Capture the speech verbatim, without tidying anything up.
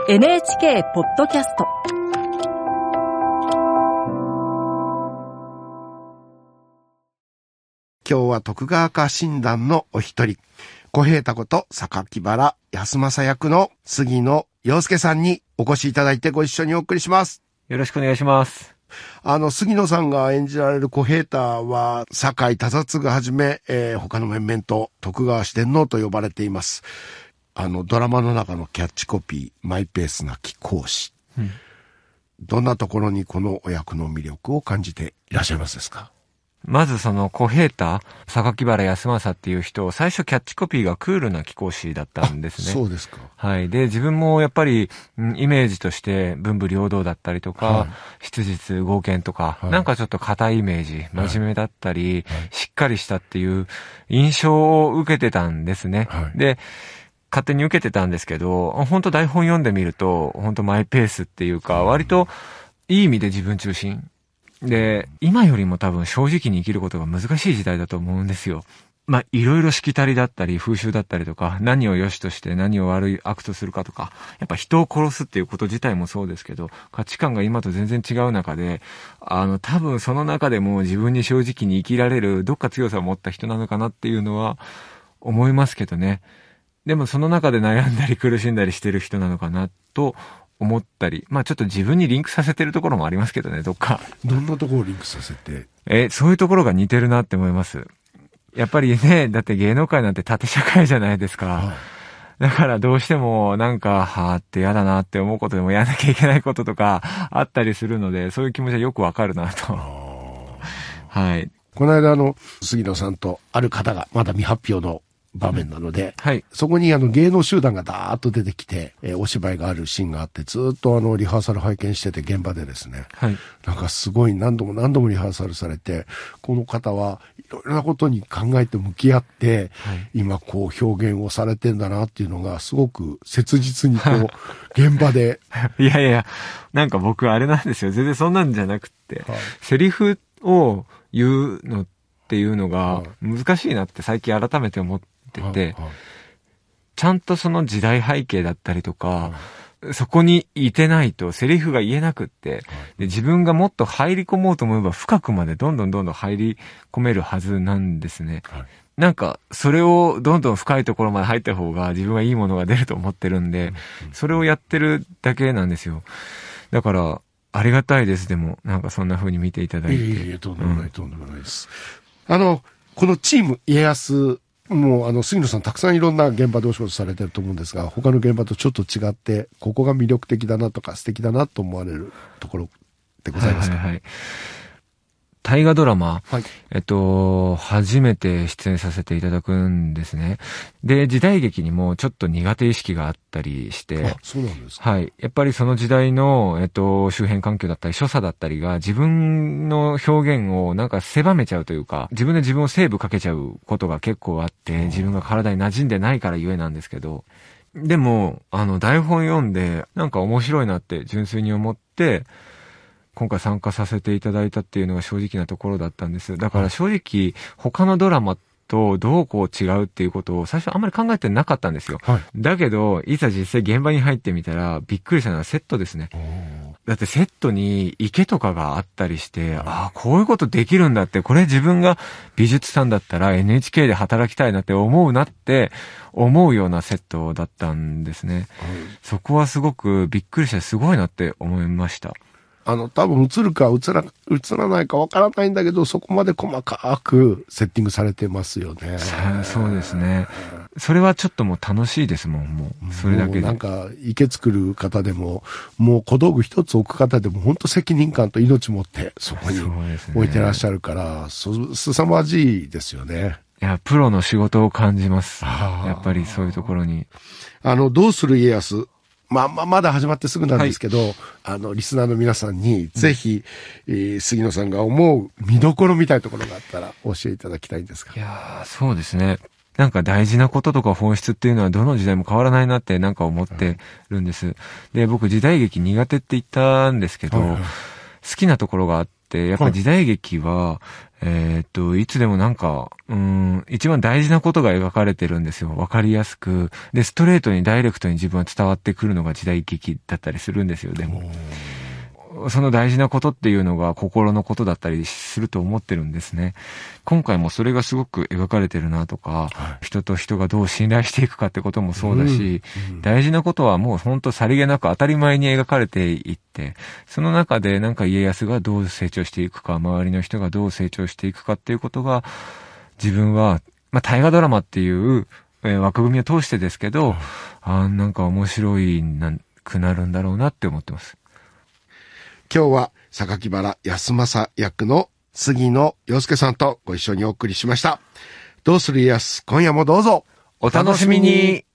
エヌエイチケー ポッドキャスト、 今日は徳川家臣団のお一人、小平太こと榊原康政役の杉野遥亮さんにお越しいただいてご一緒にお送りします。 よろしくお願いします。 あの、杉野さんが演じられる小平太は、酒井忠次はじめ、えー、他の面々と徳川四天王と呼ばれています。あの、ドラマの中のキャッチコピー、マイペースな貴公子。うん、どんなところにこのお役の魅力を感じていらっしゃいますですか？ まずその小平太、榊原康政っていう人、最初キャッチコピーがクールな貴公子だったんですね。 そうですか。 はい。で、自分もやっぱり、イメージとして文武両道だったりとか、はい、質実剛健とか、はい、なんかちょっと硬いイメージ、真面目だったり、はい、しっかりしたっていう印象を受けてたんですね。はい、で、勝手に受けてたんですけど、本当台本読んでみると、本当マイペースっていうか、割といい意味で自分中心。で、今よりも多分正直に生きることが難しい時代だと思うんですよ。まあ、いろいろしきたりだったり、風習だったりとか、何を良しとして何を悪い悪とするかとか、やっぱ人を殺すっていうこと自体もそうですけど、価値観が今と全然違う中で、あの、多分その中でも自分に正直に生きられる、どっか強さを持った人なのかなっていうのは思いますけどね。でもその中で悩んだり苦しんだりしてる人なのかなと思ったり、まあちょっと自分にリンクさせてるところもありますけどね、どっか。 どんなところをリンクさせて？ え、そういうところが似てるなって思います。やっぱりね、だって芸能界なんて縦社会じゃないですか。はい、だからどうしてもなんか、はーって嫌だなって思うことでもやらなきゃいけないこととかあったりするので、そういう気持ちはよくわかるなと。はい。 この間あの、杉野さんとある方がまだ未発表の場面なので、はい、そこにあの芸能集団がダーッと出てきて、えー、お芝居があるシーンがあって、ずっとあのリハーサル拝見してて、現場でですね、はい、なんかすごい何度も何度もリハーサルされて、この方はいろいろなことに考えて向き合って、はい、今こう表現をされてんだなっていうのがすごく切実にこう現場でいやいや、なんか僕あれなんですよ、全然そんなんじゃなくって、はい、セリフを言うのっていうのが難しいなって最近改めて思ってて、はいはい、ちゃんとその時代背景だったりとか、はい、そこにいてないとセリフが言えなくって、はい、で自分がもっと入り込もうと思えば深くまでどんどんどんどん入り込めるはずなんですね。はい、なんかそれをどんどん深いところまで入った方が自分はいいものが出ると思ってるんで、うん、それをやってるだけなんですよ。だからありがたいです。でもなんかそんな風に見ていただいて。 いやいやとんでもない、うん、とんでもないです。あのこのチーム家康、もうあの杉野さんたくさんいろんな現場でお仕事されてると思うんですが、他の現場とちょっと違ってここが魅力的だなとか素敵だなと思われるところってございますか？はいはいはい、 大河ドラマ、はい、えっと、初めて出演させていただくんですね。で、時代劇にもちょっと苦手意識があったりして、 あ、そうなんですか。 はい。やっぱりその時代の、えっと、周辺環境だったり、所作だったりが自分の表現をなんか狭めちゃうというか、自分で自分をセーブかけちゃうことが結構あって、自分が体に馴染んでないからゆえなんですけど、でも、あの、台本読んで、なんか面白いなって純粋に思って、今回参加させていただいたっていうのが正直なところだったんです。だから正直、他のドラマとどうこう違うっていうことを最初あんまり考えてなかったんですよ。はい、だけど、いざ実際現場に入ってみたらびっくりしたのはセットですね。だってセットに池とかがあったりして、ああ、こういうことできるんだって、これ自分が美術さんだったら エヌエイチケー で働きたいなって思うなって思うようなセットだったんですね。はい、そこはすごくびっくりしてすごいなって思いました。 あの、多分映るか映ら、映らないかわからないんだけど、そこまで細かくセッティングされてますよね。 そうですね。それはちょっともう楽しいですもん、もう。それだけで。 なんか、池作る方でも、もう小道具一つ置く方でも、本当責任感と命持って、そこに置いてらっしゃるから、す、すさまじいですよね。 いや、プロの仕事を感じます。やっぱりそういうところに。 あの、どうする家康。まあ、まあ、まだ始まってすぐなんですけど、はい、あの、リスナーの皆さんに、ぜひ、うん、えー、杉野さんが思う見どころみたいなところがあったら教えていただきたいんですが。 いやー、そうですね。なんか大事なこととか本質っていうのはどの時代も変わらないなってなんか思ってるんです。うん、で、僕時代劇苦手って言ったんですけど、はいはい、好きなところがあっ 、やっぱ時代劇は、えー、っと、いつでもなんか、うん、一番大事なことが描かれてるんですよ。わかりやすく。で、ストレートにダイレクトに自分は伝わってくるのが時代劇だったりするんですよ、でも。その大事なことっていうのが心のことだったりすると思ってるんですね。今回もそれがすごく描かれてるなとか、はい、人と人がどう信頼していくかってこともそうだし、うんうん、大事なことはもう本当さりげなく当たり前に描かれていって、その中でなんか家康がどう成長していくか、周りの人がどう成長していくかっていうことが、自分は、まあ大河ドラマっていう、えー、枠組みを通してですけど、あーなんか面白いなくなるんだろうなって思ってます。 今日は榊原康政役の杉野遥亮さんとご一緒にお送りしました。どうする家康、今夜もどうぞお楽しみに。